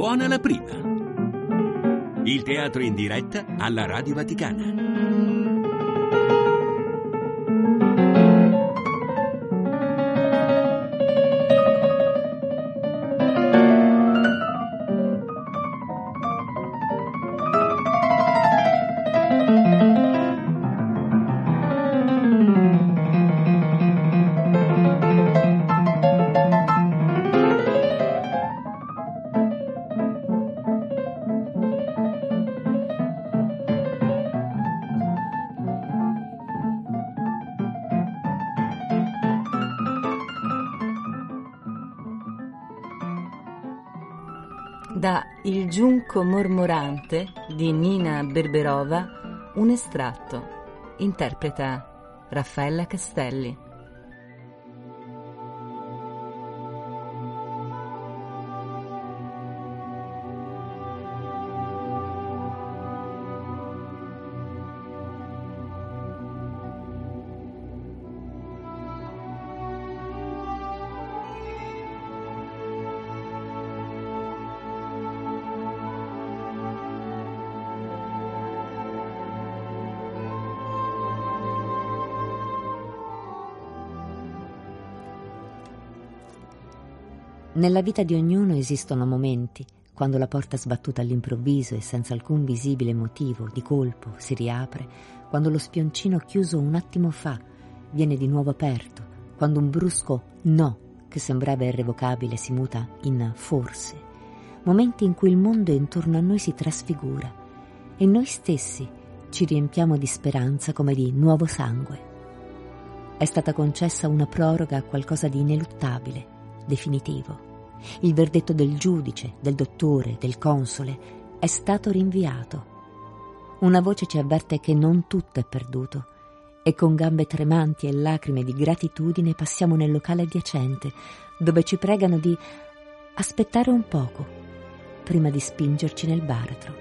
suona la prima. Il teatro in diretta alla Radio Vaticana. Da Il giunco mormorante di Nina Berberova, un estratto. Interpreta Raffaella Castelli. Nella vita di ognuno esistono momenti, quando la porta sbattuta all'improvviso e senza alcun visibile motivo, di colpo, si riapre, quando lo spioncino chiuso un attimo fa viene di nuovo aperto, quando un brusco no, che sembrava irrevocabile, si muta in forse. Momenti in cui il mondo intorno a noi si trasfigura e noi stessi ci riempiamo di speranza come di nuovo sangue. È stata concessa una proroga a qualcosa di ineluttabile, definitivo. Il verdetto del giudice, del dottore, del console è stato rinviato. Una voce ci avverte che non tutto è perduto e con gambe tremanti e lacrime di gratitudine passiamo nel locale adiacente, dove ci pregano di aspettare un poco prima di spingerci nel baratro.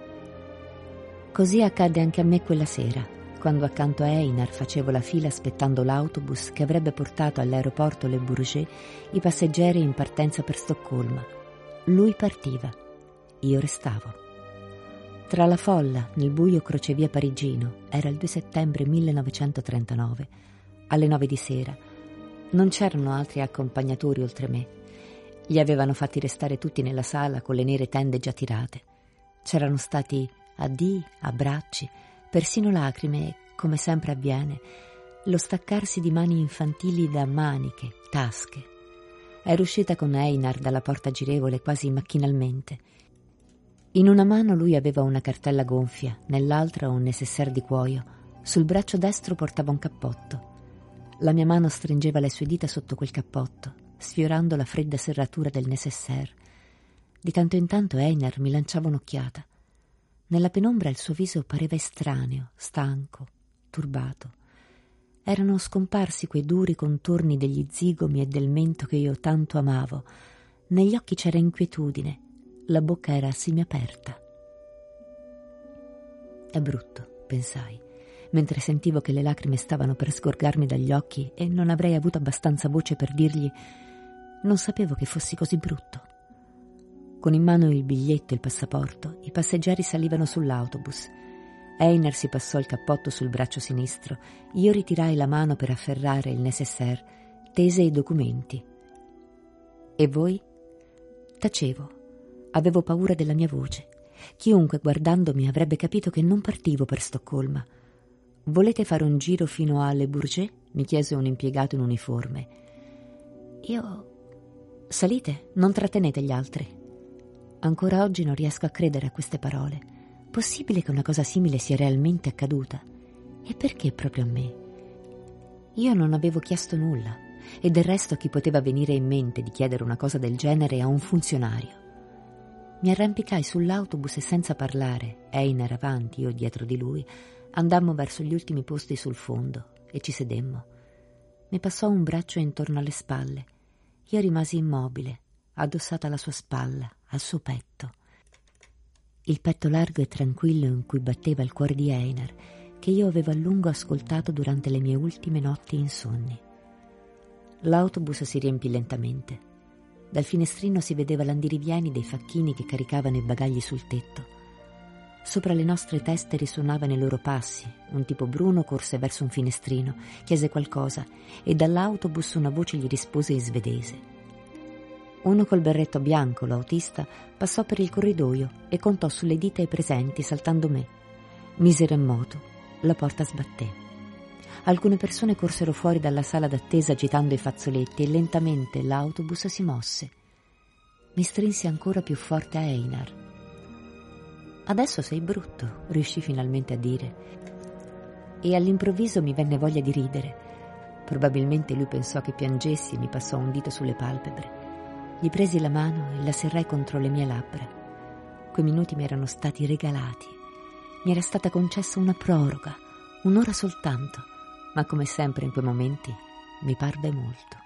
Così accadde anche a me quella sera, quando accanto a Einar facevo la fila aspettando l'autobus che avrebbe portato all'aeroporto Le Bourget i passeggeri in partenza per Stoccolma. Lui partiva, io restavo. Tra la folla, nel buio crocevia parigino, era il 2 settembre 1939, alle 9 di sera. Non c'erano altri accompagnatori oltre me. Li avevano fatti restare tutti nella sala con le nere tende già tirate. C'erano stati addii, abbracci, persino lacrime e, come sempre avviene, lo staccarsi di mani infantili da maniche, tasche. Ero uscita con Einar dalla porta girevole quasi macchinalmente. In una mano lui aveva una cartella gonfia, nell'altra un nécessaire di cuoio. Sul braccio destro portava un cappotto. La mia mano stringeva le sue dita sotto quel cappotto, sfiorando la fredda serratura del nécessaire. Di tanto in tanto Einar mi lanciava un'occhiata. Nella penombra il suo viso pareva estraneo, stanco, turbato. Erano scomparsi quei duri contorni degli zigomi e del mento che io tanto amavo. Negli occhi c'era inquietudine, la bocca era semiaperta. È brutto, pensai, mentre sentivo che le lacrime stavano per sgorgarmi dagli occhi e non avrei avuto abbastanza voce per dirgli: non sapevo che fossi così brutto. Con in mano il biglietto e il passaporto, i passeggeri salivano sull'autobus. Einar si passò il cappotto sul braccio sinistro. Io ritirai la mano per afferrare il nécessaire, tese i documenti. E voi? Tacevo. Avevo paura della mia voce. Chiunque guardandomi avrebbe capito che non partivo per Stoccolma. Volete fare un giro fino a Le Bourget? Mi chiese un impiegato in uniforme. Io... Salite, non trattenete gli altri. Ancora oggi non riesco a credere a queste parole. Possibile che una cosa simile sia realmente accaduta? E perché proprio a me? Io non avevo chiesto nulla, e del resto chi poteva venire in mente di chiedere una cosa del genere a un funzionario? Mi arrampicai sull'autobus e senza parlare, Einar avanti, io dietro di lui, andammo verso gli ultimi posti sul fondo e ci sedemmo. Mi passò un braccio intorno alle spalle. Io rimasi immobile, addossata alla sua spalla, al suo petto. Il petto largo e tranquillo in cui batteva il cuore di Einar, che io avevo a lungo ascoltato durante le mie ultime notti insonni. L'autobus si riempì lentamente. Dal finestrino si vedeva l'andirivieni dei facchini che caricavano i bagagli sul tetto. Sopra le nostre teste risuonavano i loro passi. Un tipo bruno corse verso un finestrino, chiese qualcosa e dall'autobus una voce gli rispose in svedese. Uno col berretto bianco, l'autista, passò per il corridoio e contò sulle dita i presenti, saltando me. Misero in moto, la porta sbatté. Alcune persone corsero fuori dalla sala d'attesa agitando i fazzoletti e lentamente l'autobus si mosse. Mi strinsi ancora più forte a Einar. «Adesso sei brutto», riuscì finalmente a dire. E all'improvviso mi venne voglia di ridere. Probabilmente lui pensò che piangessi e mi passò un dito sulle palpebre. Gli presi la mano e la serrai contro le mie labbra. Quei minuti mi erano stati regalati. Mi era stata concessa una proroga, un'ora soltanto, ma come sempre in quei momenti mi parve molto.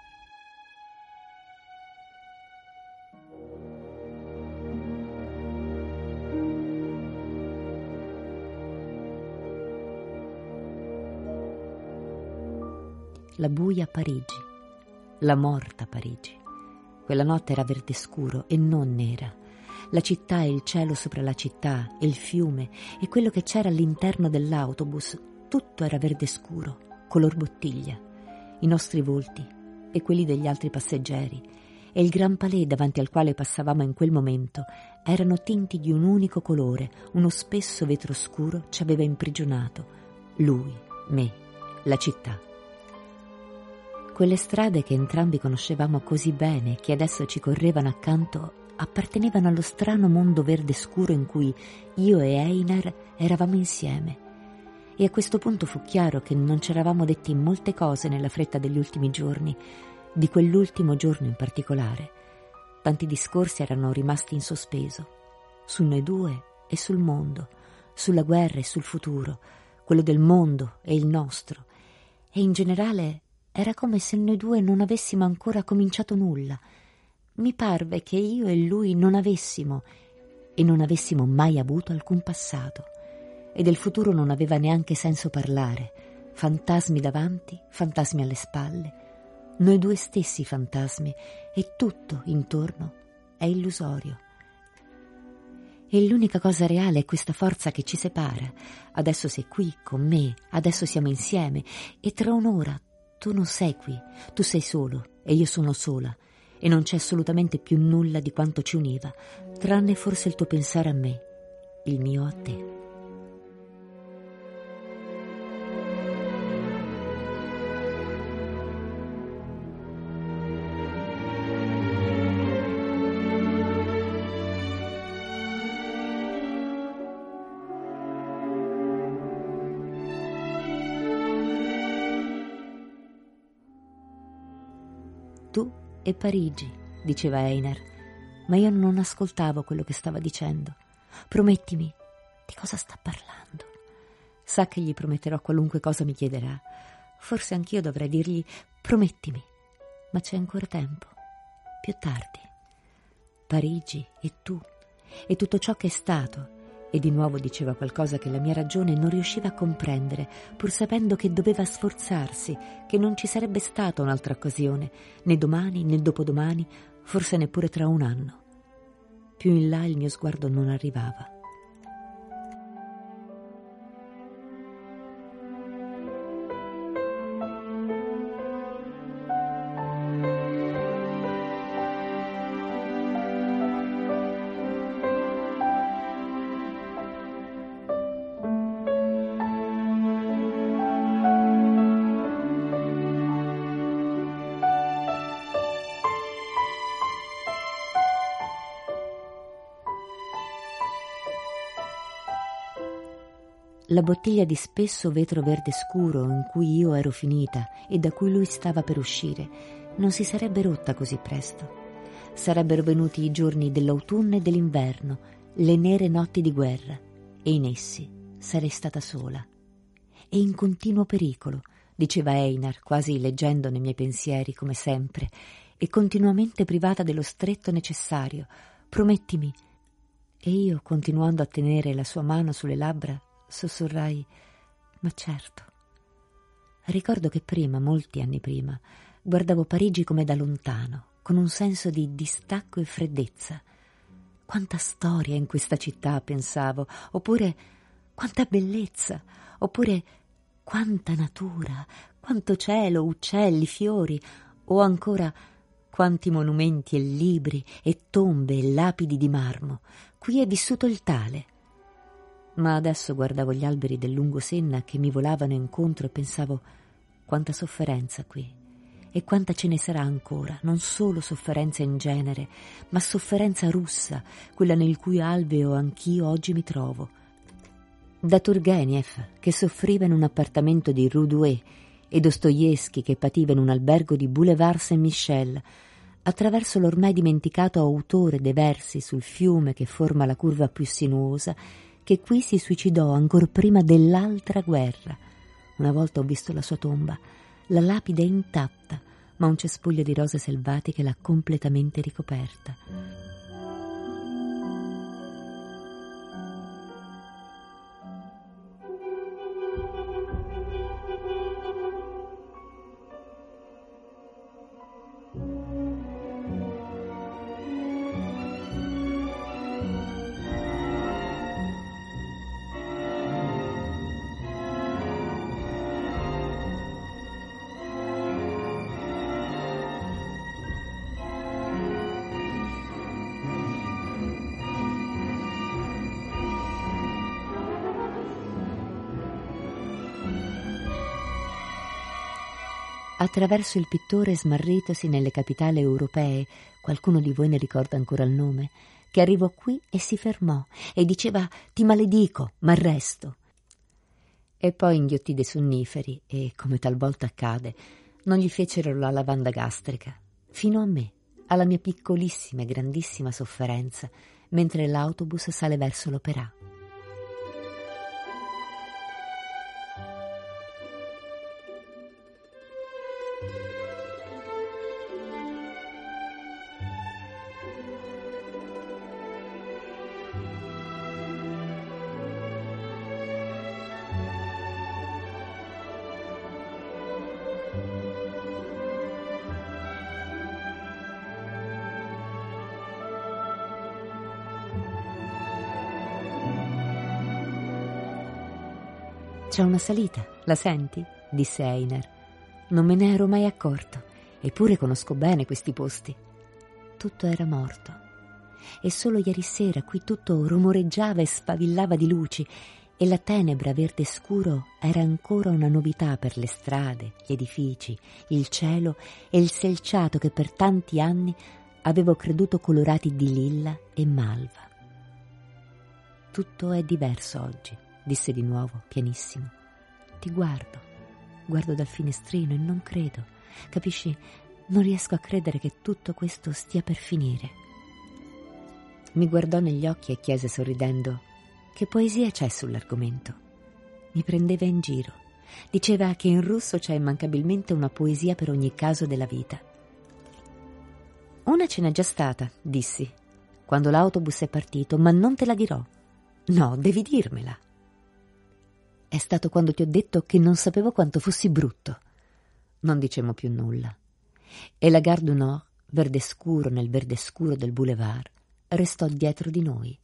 La buia Parigi, la morta Parigi. Quella notte era verde scuro e non nera. La città e il cielo sopra la città, e il fiume e quello che c'era all'interno dell'autobus, tutto era verde scuro, color bottiglia. I nostri volti e quelli degli altri passeggeri e il Gran Palais davanti al quale passavamo in quel momento erano tinti di un unico colore. Uno spesso vetro scuro ci aveva imprigionato. Lui, me, la città. Quelle strade che entrambi conoscevamo così bene, che adesso ci correvano accanto, appartenevano allo strano mondo verde scuro in cui io e Einar eravamo insieme. E a questo punto fu chiaro che non c'eravamo detti molte cose nella fretta degli ultimi giorni, di quell'ultimo giorno in particolare. Tanti discorsi erano rimasti in sospeso, su noi due e sul mondo, sulla guerra e sul futuro, quello del mondo e il nostro. E in generale era come se noi due non avessimo ancora cominciato nulla. Mi parve che io e lui non avessimo mai avuto alcun passato. E del futuro non aveva neanche senso parlare. Fantasmi davanti, fantasmi alle spalle. Noi due stessi fantasmi, e tutto intorno è illusorio. E l'unica cosa reale è questa forza che ci separa. Adesso sei qui con me, adesso siamo insieme, e tra un'ora tu non sei qui, tu sei solo e io sono sola, e non c'è assolutamente più nulla di quanto ci univa, tranne forse il tuo pensare a me, il mio a te. Tu e Parigi, diceva Einar, ma io non ascoltavo quello che stava dicendo. Promettimi, di cosa sta parlando? Sa che gli prometterò qualunque cosa mi chiederà. Forse anch'io dovrei dirgli promettimi, ma c'è ancora tempo, più tardi. Parigi e tu, e tutto ciò che è stato. E di nuovo diceva qualcosa che la mia ragione non riusciva a comprendere, pur sapendo che doveva sforzarsi, che non ci sarebbe stata un'altra occasione, né domani né dopodomani, forse neppure tra un anno. Più in là il mio sguardo non arrivava. La bottiglia di spesso vetro verde scuro in cui io ero finita e da cui lui stava per uscire non si sarebbe rotta così presto. Sarebbero venuti i giorni dell'autunno e dell'inverno, le nere notti di guerra, e in essi sarei stata sola. E in continuo pericolo, diceva Einar, quasi leggendo nei miei pensieri come sempre, e continuamente privata dello stretto necessario. Promettimi. E io, continuando a tenere la sua mano sulle labbra, sussurrai: ma certo. Ricordo che prima, molti anni prima, guardavo Parigi come da lontano, con un senso di distacco e freddezza. Quanta storia in questa città, pensavo, oppure quanta bellezza, oppure quanta natura, quanto cielo, uccelli, fiori, o ancora quanti monumenti e libri e tombe e lapidi di marmo. Qui è vissuto il tale. Ma adesso guardavo gli alberi del Lungosenna che mi volavano incontro e pensavo: quanta sofferenza qui, e quanta ce ne sarà ancora, non solo sofferenza in genere, ma sofferenza russa, quella nel cui alveo anch'io oggi mi trovo. Da Turgenev, che soffriva in un appartamento di Rue Douai, e Dostoevskij, che pativa in un albergo di Boulevard Saint-Michel, attraverso l'ormai dimenticato autore dei versi sul fiume che forma la curva più sinuosa, che qui si suicidò ancor prima dell'altra guerra. Una volta ho visto la sua tomba. La lapide è intatta, ma un cespuglio di rose selvatiche l'ha completamente ricoperta. Attraverso il pittore smarritosi nelle capitali europee, qualcuno di voi ne ricorda ancora il nome, che arrivò qui e si fermò e diceva: «Ti maledico, m'arresto». E poi inghiottì dei sonniferi e, come talvolta accade, non gli fecero la lavanda gastrica, fino a me, alla mia piccolissima e grandissima sofferenza, mentre l'autobus sale verso l'Opéra. «C'è una salita, la senti?» disse Einar. «Non me ne ero mai accorto, eppure conosco bene questi posti». Tutto era morto, e solo ieri sera qui tutto rumoreggiava e sfavillava di luci, e la tenebra verde scuro era ancora una novità per le strade, gli edifici, il cielo e il selciato che per tanti anni avevo creduto colorati di lilla e malva. «Tutto è diverso oggi», disse di nuovo, pianissimo. «Ti guardo dal finestrino e non credo, capisci, non riesco a credere che tutto questo stia per finire». Mi guardò negli occhi e chiese sorridendo: «Che poesia c'è sull'argomento?» Mi prendeva in giro. Diceva che in russo c'è immancabilmente una poesia per ogni caso della vita. «Una ce n'è già stata», dissi, «quando l'autobus è partito, ma non te la dirò». «No, devi dirmela». «È stato quando ti ho detto che non sapevo quanto fossi brutto». Non dicemmo più nulla. E la Gare du Nord, verde scuro nel verde scuro del boulevard, restò dietro di noi.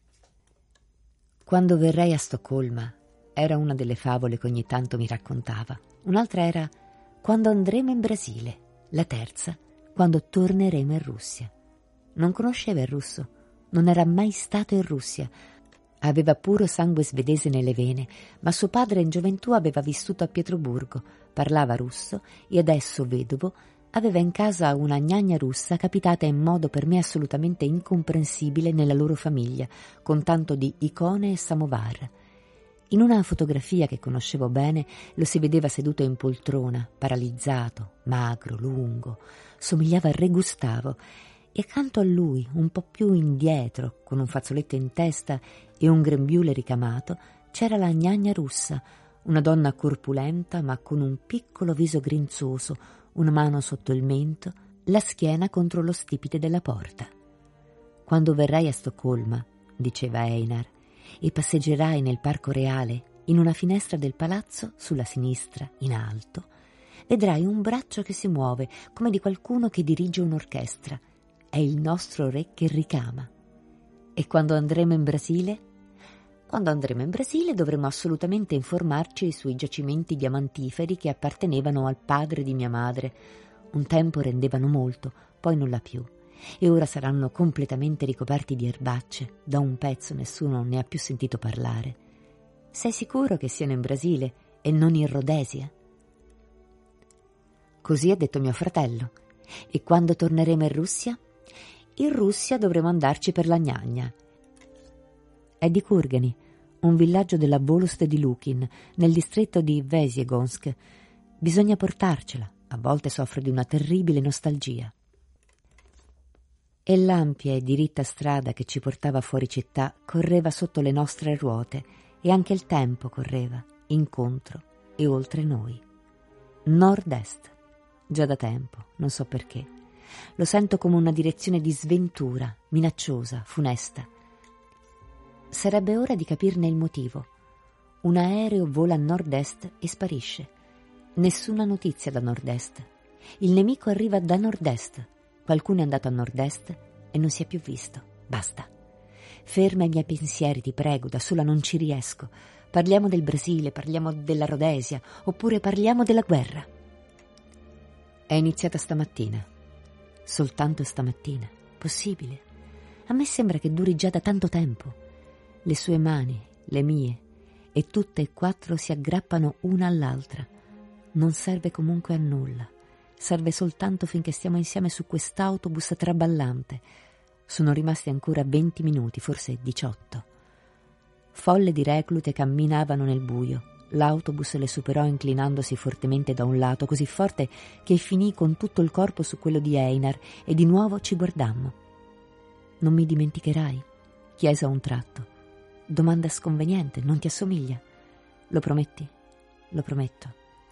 «Quando verrei a Stoccolma» era una delle favole che ogni tanto mi raccontava. Un'altra era «quando andremo in Brasile». La terza, «quando torneremo in Russia». Non conosceva il russo, non era mai stato in Russia. Aveva puro sangue svedese nelle vene, ma suo padre in gioventù aveva vissuto a Pietroburgo, parlava russo e adesso, vedovo, aveva in casa una gnagna russa capitata in modo per me assolutamente incomprensibile nella loro famiglia, con tanto di icone e samovar. In una fotografia che conoscevo bene lo si vedeva seduto in poltrona, paralizzato, magro, lungo, somigliava a Re Gustavo, e accanto a lui, un po' più indietro, con un fazzoletto in testa e un grembiule ricamato, c'era la gnagna russa, una donna corpulenta ma con un piccolo viso grinzoso, una mano sotto il mento, la schiena contro lo stipite della porta. «Quando verrai a Stoccolma», diceva Einar, «e passeggerai nel Parco Reale, in una finestra del palazzo, sulla sinistra, in alto, vedrai un braccio che si muove, come di qualcuno che dirige un'orchestra. È il nostro re che ricama. E quando andremo in Brasile? Quando andremo in Brasile dovremo assolutamente informarci sui giacimenti diamantiferi che appartenevano al padre di mia madre. Un tempo rendevano molto, poi nulla più. E ora saranno completamente ricoperti di erbacce. Da un pezzo nessuno ne ha più sentito parlare. Sei sicuro che siano in Brasile e non in Rhodesia? Così ha detto mio fratello. E quando torneremo in Russia? In Russia dovremo andarci per la gnagna. È di Kurgani, un villaggio della Volust di Lukin, nel distretto di Vesyegonsk. Bisogna portarcela, a volte soffro di una terribile nostalgia. E l'ampia e diritta strada che ci portava fuori città correva sotto le nostre ruote e anche il tempo correva, incontro e oltre noi. Nord-est, già da tempo, non so perché. Lo sento come una direzione di sventura, minacciosa, funesta. Sarebbe ora di capirne il motivo. Un aereo vola a nord-est e sparisce. Nessuna notizia da nord-est. Il nemico arriva da nord-est. Qualcuno è andato a nord-est e non si è più visto. Basta. Ferma i miei pensieri, ti prego, da sola non ci riesco. Parliamo del Brasile, parliamo della Rhodesia, oppure parliamo della guerra. È iniziata stamattina. Soltanto stamattina. Possibile? A me sembra che duri già da tanto tempo. Le sue mani, le mie, e tutte e quattro si aggrappano una all'altra. Non serve comunque a nulla. Serve soltanto finché stiamo insieme su quest'autobus traballante. Sono rimasti ancora 20 minuti, forse 18. Folle di reclute camminavano nel buio. L'autobus le superò inclinandosi fortemente da un lato, così forte che finì con tutto il corpo su quello di Einar e di nuovo ci guardammo. «Non mi dimenticherai?» chiese a un tratto. Domanda sconveniente, non ti assomiglia? Lo prometti? Lo prometto.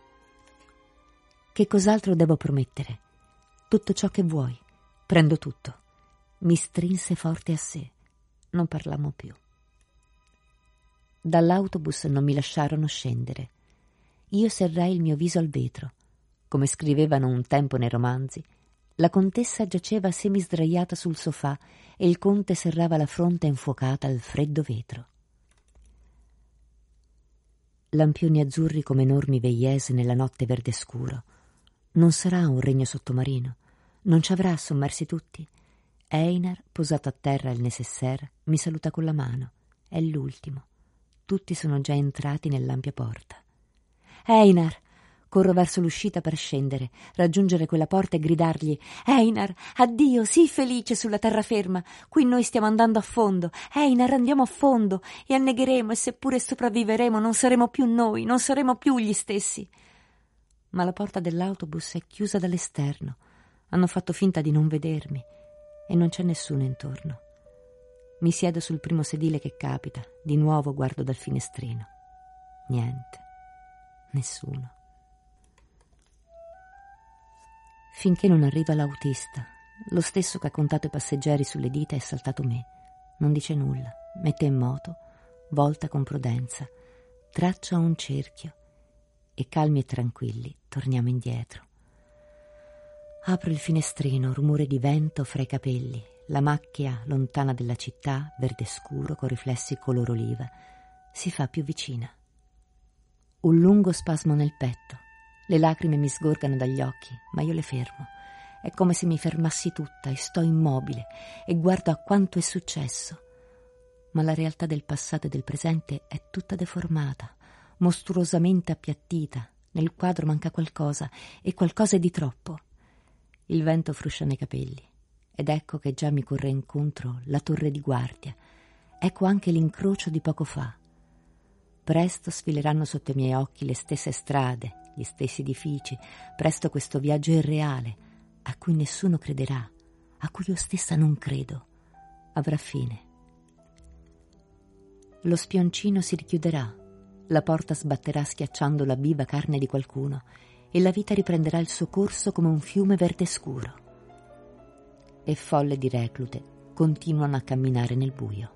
Che cos'altro devo promettere? Tutto ciò che vuoi. Prendo tutto. Mi strinse forte a sé. Non parlammo più. Dall'autobus non mi lasciarono scendere. Io serrai il mio viso al vetro. Come scrivevano un tempo nei romanzi, la contessa giaceva semisdraiata sul sofà e il conte serrava la fronte infuocata al freddo vetro. Lampioni azzurri come enormi veiese nella notte verde scuro. Non sarà un regno sottomarino. Non ci avrà sommersi tutti. Einar, posato a terra il nécessaire, mi saluta con la mano. È l'ultimo. Tutti sono già entrati nell'ampia porta. Einar! Corro verso l'uscita per scendere, raggiungere quella porta e gridargli: Einar, addio, sii felice sulla terraferma. Qui noi stiamo andando a fondo. Einar, andiamo a fondo e annegheremo, e seppure sopravviveremo non saremo più noi, non saremo più gli stessi. Ma la porta dell'autobus è chiusa dall'esterno. Hanno fatto finta di non vedermi e non c'è nessuno intorno. Mi siedo sul primo sedile che capita, di nuovo guardo dal finestrino. Niente, nessuno. Finché non arriva l'autista, lo stesso che ha contato i passeggeri sulle dita e saltato me. Non dice nulla, mette in moto, volta con prudenza, traccia un cerchio e calmi e tranquilli torniamo indietro. Apro il finestrino, rumore di vento fra i capelli, la macchia lontana della città, verde scuro con riflessi color oliva, si fa più vicina. Un lungo spasmo nel petto. Le lacrime mi sgorgano dagli occhi, ma io le fermo. È come se mi fermassi tutta e sto immobile e guardo a quanto è successo. Ma la realtà del passato e del presente è tutta deformata, mostruosamente appiattita. Nel quadro manca qualcosa e qualcosa è di troppo. Il vento fruscia nei capelli ed ecco che già mi corre incontro la torre di guardia. Ecco anche l'incrocio di poco fa. Presto sfileranno sotto i miei occhi le stesse strade, gli stessi edifici, presto questo viaggio irreale, a cui nessuno crederà, a cui io stessa non credo, avrà fine. Lo spioncino si richiuderà, la porta sbatterà schiacciando la viva carne di qualcuno e la vita riprenderà il suo corso come un fiume verde scuro. E folle di reclute continuano a camminare nel buio.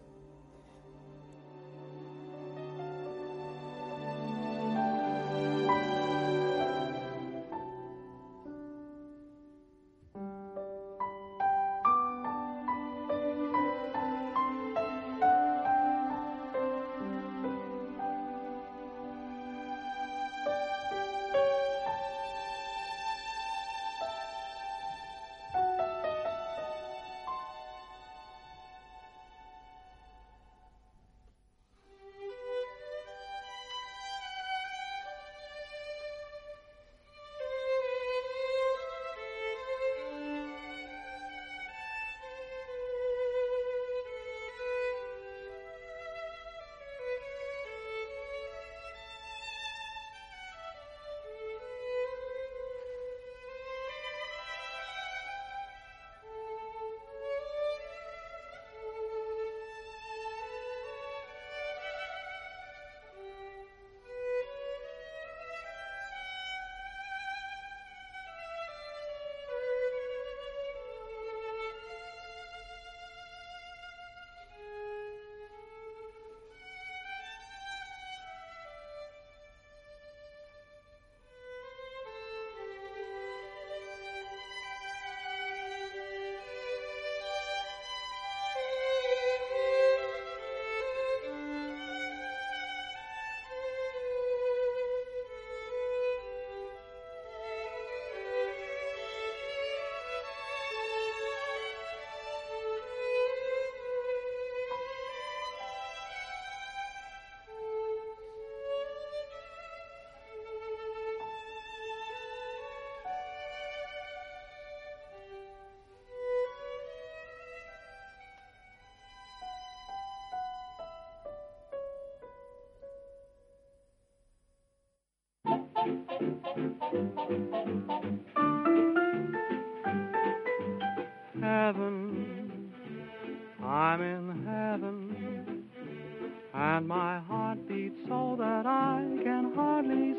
Heaven, I'm in heaven, and my heart beats so that I can hardly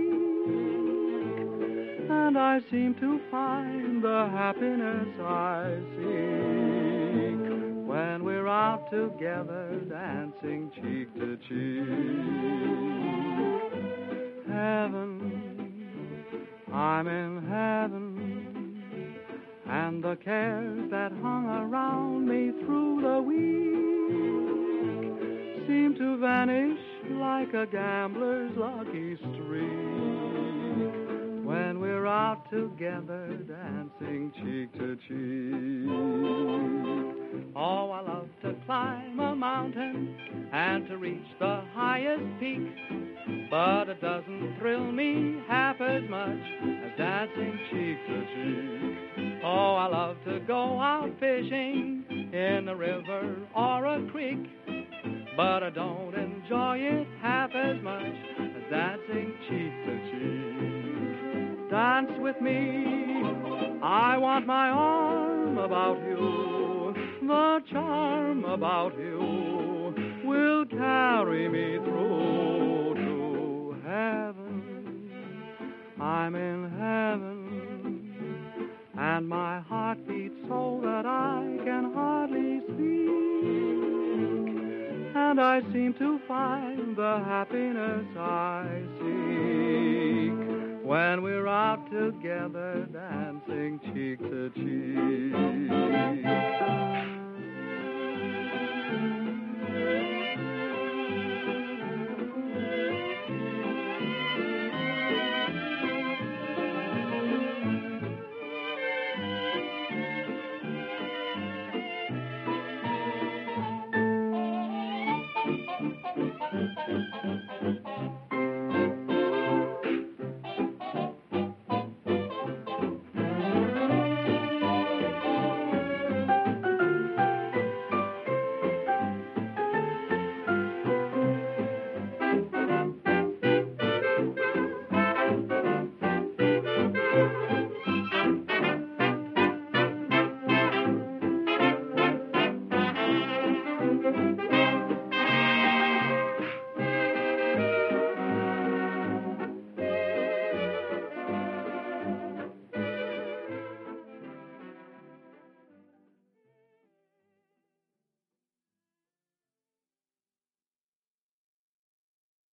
speak, and I seem to find the happiness I seek when we're out together dancing cheek to cheek. Heaven, I'm in heaven, and the cares that hung around me through the week seem to vanish like a gambler's lucky streak when we're out together dancing cheek to cheek. Oh, I love to climb a mountain and to reach the highest peak, but it doesn't thrill me half as much as dancing cheek to cheek. Oh, I love to go out fishing in a river or a creek, but I don't enjoy it half as much as dancing cheek to cheek. Dance with me, I want my arm about you, the charm about you will carry me through to heaven. I'm in heaven, and my heart beats so that I can hardly speak, and I seem to find the happiness I seek when we're out together dancing cheek to cheek.